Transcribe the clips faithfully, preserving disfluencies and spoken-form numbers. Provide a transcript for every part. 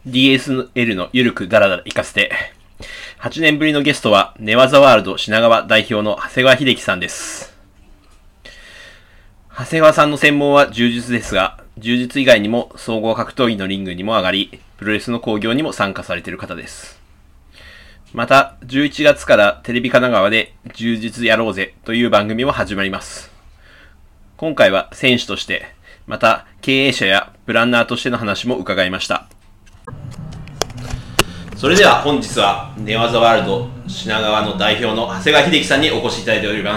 ディーエスエル のゆるくだらだら行かせて。はちねんぶりのゲストは、ネワザワールド品川代表の長谷川秀樹さんです。長谷川さんの専門は柔術ですが、柔術以外にも総合格闘技のリングにも上がり、プロレスの興行にも参加されている方です。また、じゅういちがつからテレビ神奈川で柔術やろうぜという番組も始まります。今回は選手として、また経営者やプランナーとしての話も伺いました。それでは本日はネワザワールド品川の代表の長谷川秀樹さんにお越しいただいております。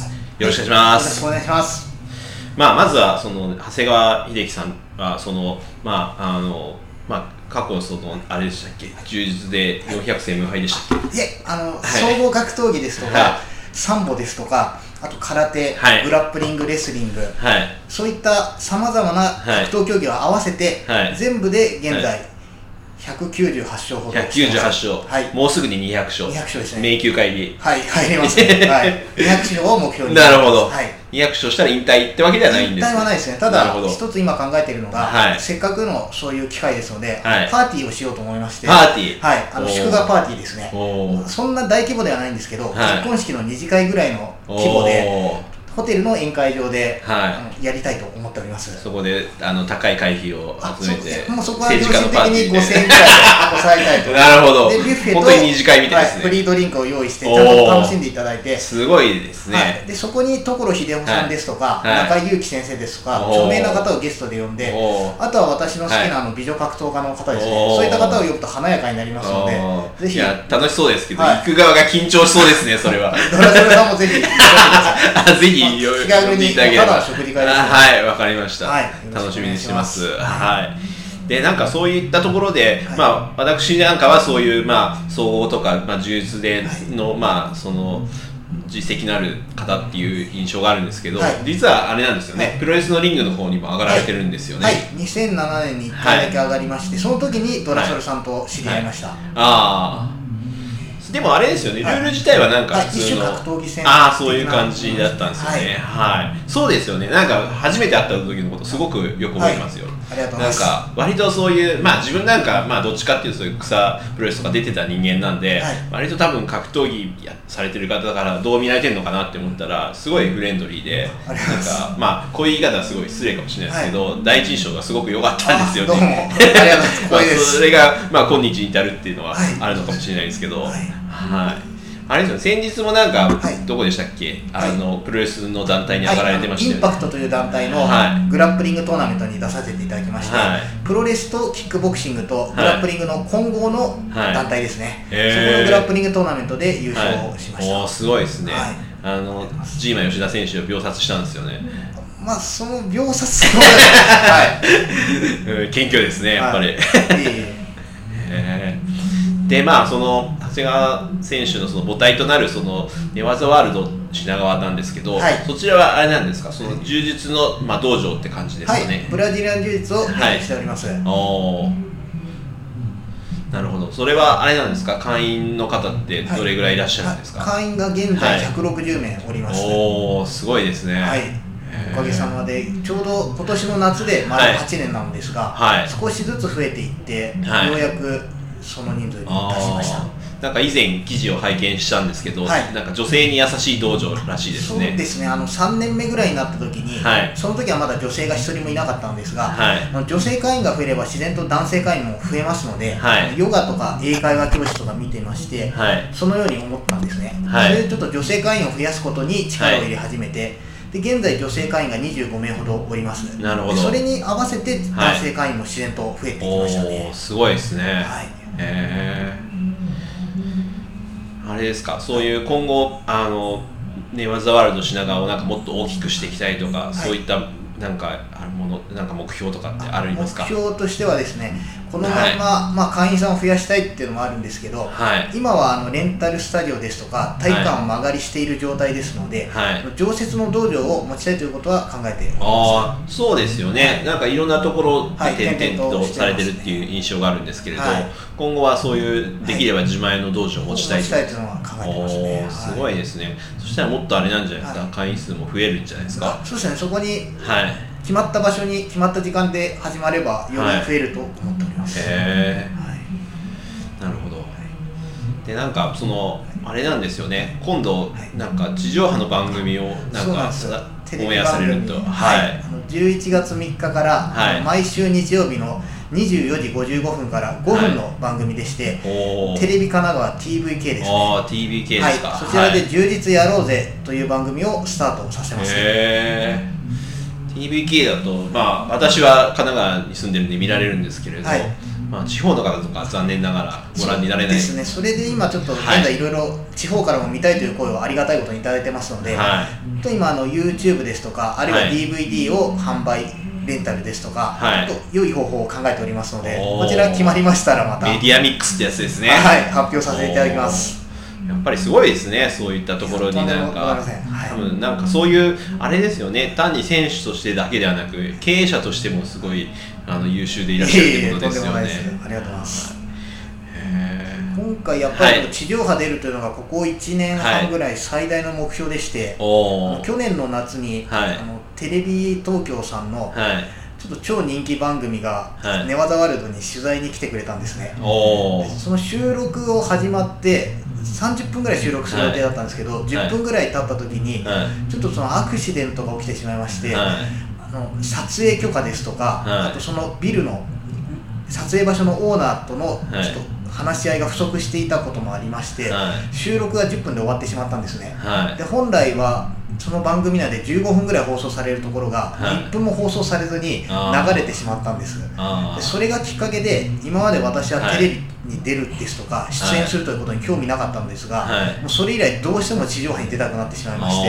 よろしくお願いします。 よろしくお願いします。 まあ、まずはその長谷川秀樹さんはその、まああのまあ、過去そのあれでしたっけ、柔術でよんひゃくせん無敗でしたっけ。 いえ、あの、 はい、 総合格闘技ですとか、はい、サンボですとか、あと空手、はい、グラップリング、レスリング、はい、そういったさまざまな格闘競技を合わせて、はい、全部で現在、はい、ひゃくきゅうじゅうはち勝ほど。 ひゃくきゅうじゅうはち勝、はい、もうすぐににひゃく勝。 にひゃく勝ですね。 迷宮会に。 はい、入れますね。はい、にひゃく勝を目標に。 なるほど。 はい、 にひゃく勝したら引退ってわけではないんですね。 引退はないですね。ただ、一つ今考えているのが、はい、せっかくのそういう機会ですので、はい、パーティーをしようと思いまして。 パーティー、 はい、あの祝賀パーティーですね。そんな大規模ではないんですけど、はい、結婚式の二次会ぐらいの規模で、ホテルの宴会場で、はい、やりたいと思っております。 そこであの高い会費を集めて、 もうそこは良心的にごせんえんぐらいで抑えたいと。 なるほど。 でビュッフェと本当に二次会みたいですね。 はい、フリードリンクを用意してちゃんと楽しんでいただいて、 すごいですね。はい、 でそこに所秀夫さんですとか、はい、中井祐樹先生ですとか、著名な方をゲストで呼んで、あとは私の好きなあの美女格闘家の方ですね。そういった方を呼ぶと華やかになりますので、ぜひ。いや楽しそうですけど、はい、行く側が緊張しそうですね。それは。 ドラソルさんもぜひ。 ぜひ気軽に。ただの食事会です、ね、 はい、わかりました、はい、楽しみにしてます。はい、でなんかそういったところで、はい、まあ私なんかはそういうまあ総合とかまあ柔術での、はい、まあその実績のある方っていう印象があるんですけど、はい、実はあれなんですよね、はい、プロレスのリングの方にも上がられてるんですよね。 はい、はい、にせんななねんにいっかいだけ上がりまして、はい、その時にドラソルさんと知り合いました。はい、ああ。でもあれですよね、ルール自体はなんか普通の、はい、格闘技戦ああそういう感じだったんですよね。はい、はい、そうですよね。なんか初めて会った時のことすごくよく覚えてますよ。 はい、ありがとうございます。 なんか割とそういうまあ自分なんかまあどっちかっていうとそういう草プロレスとか出てた人間なんで、はい、割と多分格闘技やされてる方だからどう見られてるのかなって思ったらすごいフレンドリーで、なんかまあこういう言い方はすごい失礼かもしれないですけど、はい、第一印象がすごく良かったんですよね。 どうもありがとうございます。 まあそれがまあ今日に至るっていうのはあるのかもしれないですけど、はい。はい、あれですよ、先日もなんか、はい、どこでしたっけ、あの、はい、プロレスの団体に上がられてましたよね。 はい、インパクトという団体のグラップリングトーナメントに出させていただきまして、はい、プロレスとキックボクシングとグラップリングの混合の団体ですね。はい、そこのグラップリングトーナメントで優勝しました。はい、 おー、すごいですね。はい、あのジーマ吉田選手を秒殺したんですよね。 まあその秒殺のはい、謙虚ですね、やっぱり。はい、えーでまあその長谷川選手のその母体となるそのネワザワールド品川なんですけど、はい、そちらはあれなんですか、その柔術のまあ道場って感じですかね。 はい、ブラジリアン柔術をメインにしております。はい、おなるほど。それはあれなんですか、会員の方ってどれぐらいいらっしゃるんですか。 はい、会員が現在ひゃくろくじゅうめいおります。 はい、おお、すごいですね。はい、 おかげさまでちょうど今年の夏で丸はちねんなのですが、はい、少しずつ増えていって、はい、ようやくその人数に達しました。 なんか以前記事を拝見したんですけど、はい、なんか女性に優しい道場らしいですね。 そうですね。あのさんねんめぐらいになった時に、はい、その時はまだ女性が一人もいなかったんですが、はい、女性会員が増えれば自然と男性会員も増えますので、はい、ヨガとか英会話教室とか見てまして、はい、そのように思ったんですね。はい、それでちょっと女性会員を増やすことに力を入れ始めて、はい、で現在女性会員がにじゅうごめいほどおります。 なるほど。 それに合わせて男性会員も自然と増えてきましたね。 はい、おー、すごいですね。はい、へー、あれですか、そういう今後あのネワザワールド品川をなんかもっと大きくしていきたいとか、はい、そういったなんかあるもの、なんか目標とかってありますか。 目標としてはですね、このまま、はい、まあ、会員さんを増やしたいっていうのもあるんですけど、はい、今はあのレンタルスタジオですとか体育館を間借りしている状態ですので、はい、常設の道場を持ちたいということは考えております。 ああ、そうですよね。はい、なんかいろんなところで点々とされてるっていう印象があるんですけれど、はい、今後はそういうできれば自前の道場を持ちたいという、 はい、持ちたいというのは考えてますね。 すごいですね。そしたらもっとあれなんじゃないですか、はい、会員数も増えるんじゃないですか。 そうですね。そこに、はい、決まった場所に決まった時間で始まればより増えると思っております。 はい、へー。 でなんかそのあれなんですよね、今度なんか地上波の番組をなんかオンエアされると、 はい、あのじゅういちがつみっかから、はい、毎週日曜日のにじゅうよじごじゅうごふんからごふんの番組でして、はい、テレビ神奈川 ティーブイケー ですね。 あー ティーブイケー ですか、 はい、そちらで充実やろうぜという番組をスタートさせます。 へー、 ティーブイケー だと、まあ、私は神奈川に住んでるんで見られるんですけれど、はい、まあ、地方の方とか残念ながらご覧になれないですね。それで今ちょっと現在いろいろ地方からも見たいという声をありがたいことにいただいてますので、はい、と今あの YouTube ですとか、あるいは ディーブイディー を販売、レンタルですとか、はい、と良い方法を考えておりますので、こちら決まりましたらまたメディアミックスってやつですね。 はい、発表させていただきます。 やっぱりすごいですね、そういったところになんか、はい、多分なんかそういうあれですよね、単に選手としてだけではなく経営者としてもすごいあの優秀でいらっしゃるということですよね。 いえいえ、とんでもないです。ありがとうございます。今回やっぱり地上波出るというのがここいちねんはんぐらい最大の目標でして、はい、去年の夏に、はい、あのテレビ東京さんの、はい、ちょっと超人気番組が、はい、ネワザワールドに取材に来てくれたんですね。でその収録を始まってさんじゅっぷんぐらい収録する予定だったんですけど、はい、じゅっぷんぐらい経った時に、はい、ちょっとそのアクシデントが起きてしまいまして、はい、あの撮影許可ですとか、はい、あとそのビルの撮影場所のオーナーとのちょっと話し合いが不足していたこともありまして、はい、収録がじゅっぷんで終わってしまったんですね。はい、で本来はその番組内でじゅうごふんぐらい放送されるところが、はい、いっぷんも放送されずに流れてしまったんです。でそれがきっかけで今まで私はテレビに出るですとか、はい、出演するということに興味なかったんですが、はい、もうそれ以来どうしても地上波に出たくなってしまいまして、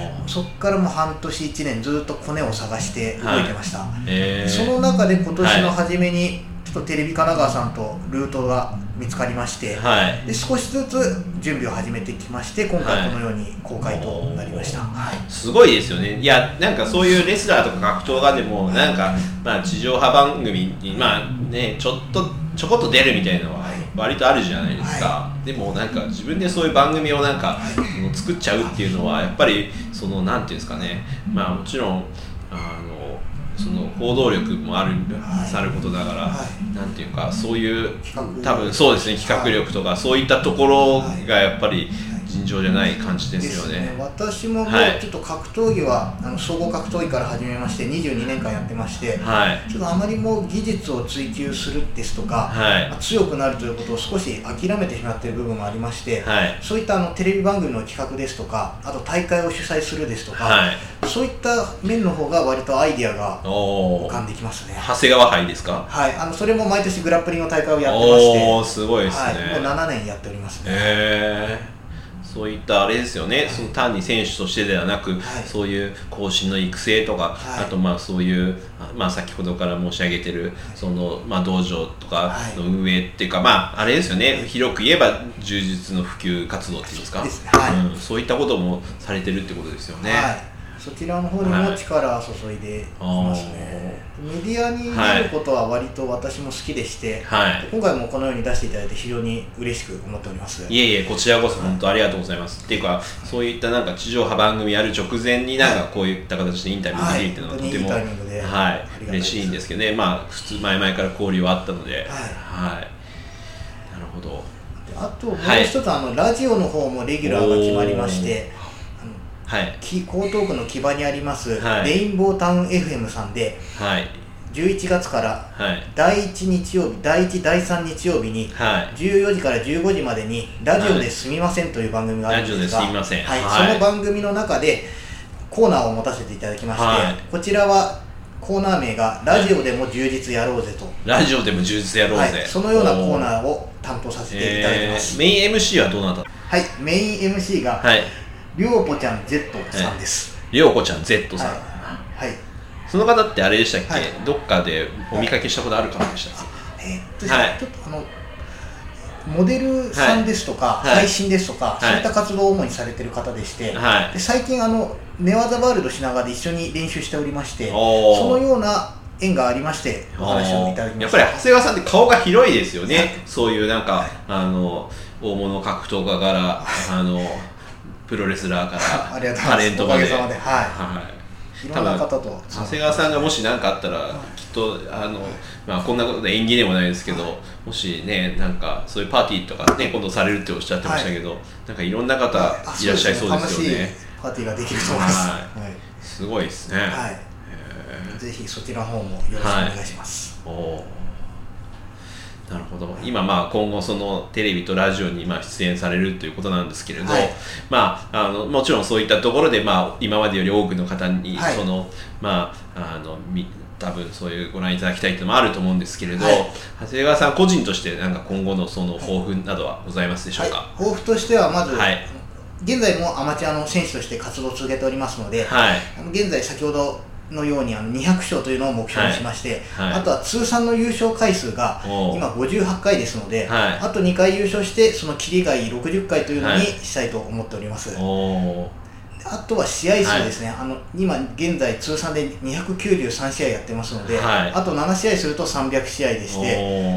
そこからもう半年いちねんずっとコネを探して動いてました。はい、えー、その中で今年の初めにちょっとテレビ神奈川さんとルートが見つかりまして、はい、で少しずつ準備を始めてきまして、今回このように公開となりました。はい、 すごいですよね。いや、なんかそういうレスラーとか格闘家でもなんか、まあ、地上波番組に、まあね、ちょっとちょこっと出るみたいなのは割とあるじゃないですか。はい、でもなんか自分でそういう番組をなんか、はい、その作っちゃうっていうのはやっぱりそのなんていうんですかね、まあもちろんあのその行動力もある、はい、さることだから、はい、なんていうかそういう多分そうですね、企画力とか、はい、そういったところがやっぱり尋常じゃない感じですよね。 ですね。私ももうちょっと格闘技は、はい、あの総合格闘技から始めましてにじゅうにねんかんやってまして、はい、ちょっとあまりもう技術を追求するですとか、はい、強くなるということを少し諦めてしまっている部分もありまして、はい、そういったあのテレビ番組の企画ですとか、あと大会を主催するですとか、はい、そういった面の方が割とアイディアが浮かんできますね。 長谷川杯ですか？ はい、あのそれも毎年グラップリングの大会をやってまして、 おー、すごいですね。 はい、もうななねんやっておりますね。 へー、そういったあれですよね、はい、その単に選手としてではなく、はい、そういう後進の育成とか、はい、あとまあそういう、まあ、先ほどから申し上げてる、はい、そのまあ道場とかの運営っていうか、はい、まああれですよね、はい、広く言えば柔術の普及活動っていうんですか、ですね、はい、うん、そういったこともされてるってことですよね。はい、 そちらの方にも力を注いでいますね。はい、メディアに出ることは割と私も好きでして、はい、今回もこのように出していただいて非常に嬉しく思っております。 いえいえ、こちらこそ本当ありがとうございます。はい、っていうか、そういったなんか地上波番組やる直前になんかこういった形でインタビューできるっていうのはとても、はい、いいタイミングで、はい、嬉しいんですけどね。まあ普通前々から交流はあったので、はい、はい、なるほど。 あともう一つ、はい、あのラジオの方もレギュラーが決まりまして、はい、江東区の木場にあります、はい、レインボータウン エフエム さんで、はい、じゅういちがつからだいいち日曜日、だいいち、だいさん日曜日にじゅうよじからじゅうごじまでにラジオですみませんという番組があるんですが、 ラジオですみません、 はいはい、その番組の中でコーナーを持たせていただきまして、はい、こちらはコーナー名がラジオでも充実やろうぜと、 ラジオでも充実やろうぜ、はい、 そのようなコーナーを担当させていただきます。 えー、メイン エムシー はどうなった？ はい、メイン エムシー が、はい、りょうこちゃん Z さんです。 りょうこちゃん Z さん、はい、はい、その方ってあれでしたっけ、はい、どっかでお見かけしたことある方でしたっけ？ はい、えー、っと、はい、ちょっとあのモデルさんですとか、はい、配信ですとか、はい、そういった活動を主にされている方でして、はい、で最近あの寝技ワールド品川で一緒に練習しておりまして、そのような縁がありましてお話をいただきました。 やっぱり長谷川さんって顔が広いですよね、はい、そういうなんか、はい、あの大物格闘家からあのプロレスラーからタレントまで、おかげさまで、はい、はい、 いろんな方と長谷川さんがもし何かあったらきっとあの、まあ、こんなことで縁起でもないですけど、はい、もしねなんかそういうパーティーとかね今度されるっておっしゃってましたけど、はい、なんかいろんな方いらっしゃいそうですよね。 楽しいパーティーができると思います。はい、 すごいですね。 はい、ぜひそちらの方もよろしくお願いします。 はい、おなるほど。今まあ今後そのテレビとラジオにまあ出演されるということなんですけれど、はい、まああのもちろんそういったところでまあ今までより多くの方にその、はい、まああのみ多分そういうご覧いただきたいというのもあると思うんですけれど、はい、長谷川さん個人としてなんか今後のその抱負などはございますでしょうか。はい、 抱負としてはまず、はい、現在もアマチュアの選手として活動を続けておりますので、はい、現在先ほどのようにあのにひゃく勝というのを目標にしまして、はいはい、あとは通算の優勝回数が今ごじゅうはちかいですので、はい、あとにかい優勝してその切りがいいろくじゅっかいというのにしたいと思っております。はい、あとは試合数ですね、はい、あの今現在通算でにひゃくきゅうじゅうさんしあいやってますので、はい、あとななしあいするとさんびゃくしあいでして、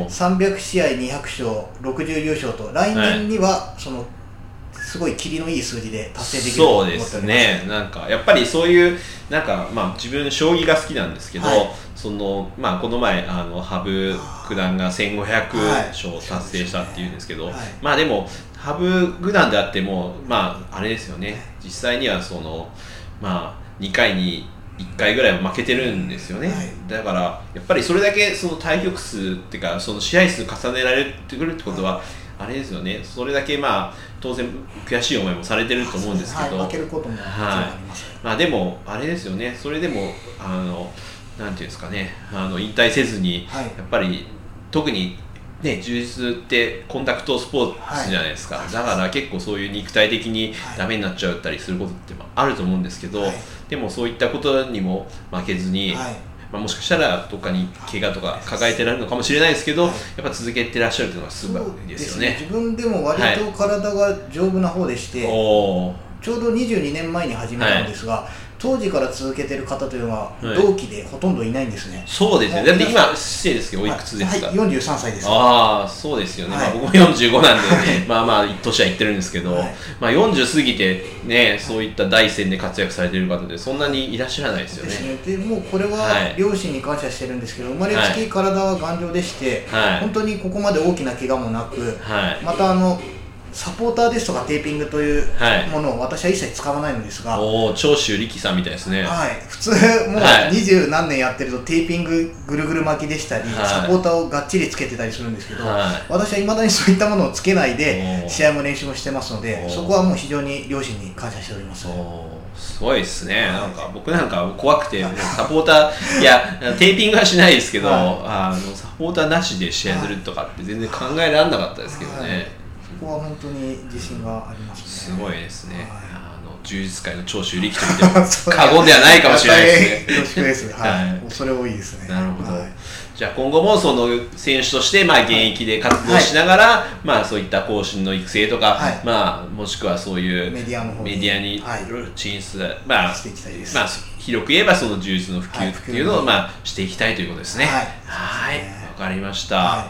さんびゃくしあいにひゃく勝ろくじゅう優勝と来年にはそのすごい切りのいい数字で達成できると思っております。 そうですね。なんかやっぱりそういうなんかまあ自分将棋が好きなんですけど、はい、そのまあこの前あの羽生九段がせんごひゃく勝達成したっていうんですけど、はい、まあでも羽生九段であってもまああれですよね。実際にはそのまあにかいにいっかいぐらいは負けてるんですよね。はい、だからやっぱりそれだけその対局数っていうかその試合数重ねられてくるってことは、はい、あれですよね。それだけまあ当然悔しい思いもされてると思うんですけど、 はい、負けることもあります。 はい、まあでもあれですよね。それでもあのなんていうんですかね、あの引退せずに、はい、やっぱり特にね柔術ってコンタクトスポーツじゃないですか。はい、だから結構そういう肉体的にダメになっちゃったりすることってあると思うんですけど、はい、でもそういったことにも負けずに。はい、まあ、もしかしたらどっかに怪我とか抱えてられるのかもしれないですけど、はい、やっぱ続けてらっしゃるというのがすごいですよね。 自分でも割と体が丈夫な方でして、はい、ちょうどにじゅうにねんまえに始めたんですが、はい、当時から続けてる方というのは同期でほとんどいないんですね。はい、 そうですね。だって今失礼ですけどおいくつですか。 はい、よんじゅうさんさいです。 ああ、そうですよね。はい、まあ、僕もよんじゅうごなんで、ね、まあまあ年はいってるんですけど、はい、まあよんじゅう過ぎてねそういった第一線で活躍されている方でそんなにいらっしゃらないですよね。 ですね。でもうこれは両親に感謝してるんですけど、生まれつき体は頑丈でして、はい、本当にここまで大きな怪我もなく、はい、またあのサポーターですとかテーピングというものを私は一切使わないのですが、 おお、長州力さんみたいですね。 はい、普通もう二十何年やってるとテーピングぐるぐる巻きでしたり、はい、サポーターをがっちりつけてたりするんですけど、はい、私は未だにそういったものをつけないで試合も練習もしてますので、そこはもう非常に両親に感謝しております。 すごいですね。なんか僕なんか怖くてサポーターいやテーピングはしないですけど、はい、あのサポーターなしで試合するとかって全然考えられなかったですけどね。はい、 ここは本当に自信がありますね。すごいですね。はい、あの柔術界の長州力と言っても過言ではないかもしれないですね。 恐縮です。はい。はい、それ多いですね。 なるほど。はい、じゃあ今後もその選手としてまあ現役で活動しながら、はい、まあそういった後進の育成とか、はい、まあもしくはそういうメディアの方にメディアに進出、はい、まあしていきたいです。まあ広く言えばその柔術の普及っていうのをまあしていきたいということですね。はい。はい。わかりました。はい、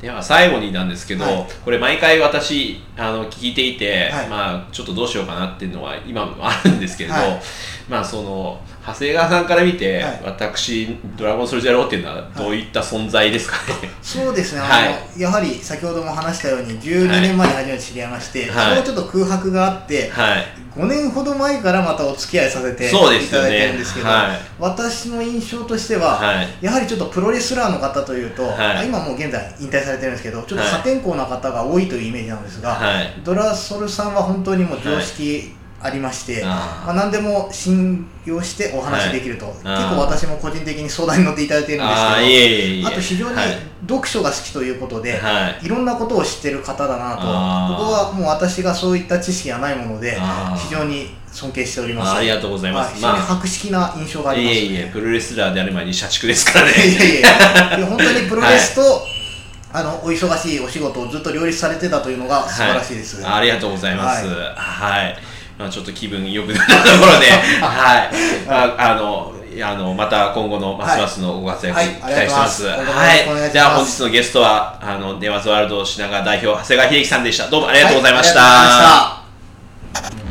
では最後になんですけど、はい、これ毎回私あの聞いていて、はい、まあちょっとどうしようかなっていうのは今もあるんですけれど、はい、まあその長谷川さんから見て、はい、私ドラゴンソルジャーローっていうのはどういった存在ですかね。はい、 そうですね、はい、あのやはり先ほども話したようにじゅうにねんまえに初めて知り合いまして、はい、そのちょっと空白があって、はい、ごねんほど前からまたお付き合いさせていただいてるんですけど、ね、はい、私の印象としては、はい、やはりちょっとプロレスラーの方というと、はい、今もう現在引退されてるんですけどちょっと破天荒な方が多いというイメージなんですが、はい、ドラソルさんは本当にもう常識ありまして、はい、まあ、何でも信用してお話できると、はい、結構私も個人的に相談に乗っていただいているんですけど、 あ, いえいえいえ、あと非常に読書が好きということで、はい、いろんなことを知ってる方だなと、ここはもう私がそういった知識がないもので非常に尊敬しております。 あ, ありがとうございます。 非常に博識な印象があります、ね。 いえいえ、プロレスラーである前に社畜ですからね。 いやいやいや本当にプロレスと、はい、あのお忙しいお仕事をずっと両立されてたというのが素晴らしいです。 はい、ありがとうございます。はい、はい、まあ、ちょっと気分良くなったところで、はい、あ, あのあのまた今後のますますのご活躍、はい、期待してます。はい、じゃあ本日のゲストはあのネマズワールド品川代表長谷川秀樹さんでした。どうもありがとうございました。はい、ありがとうございました。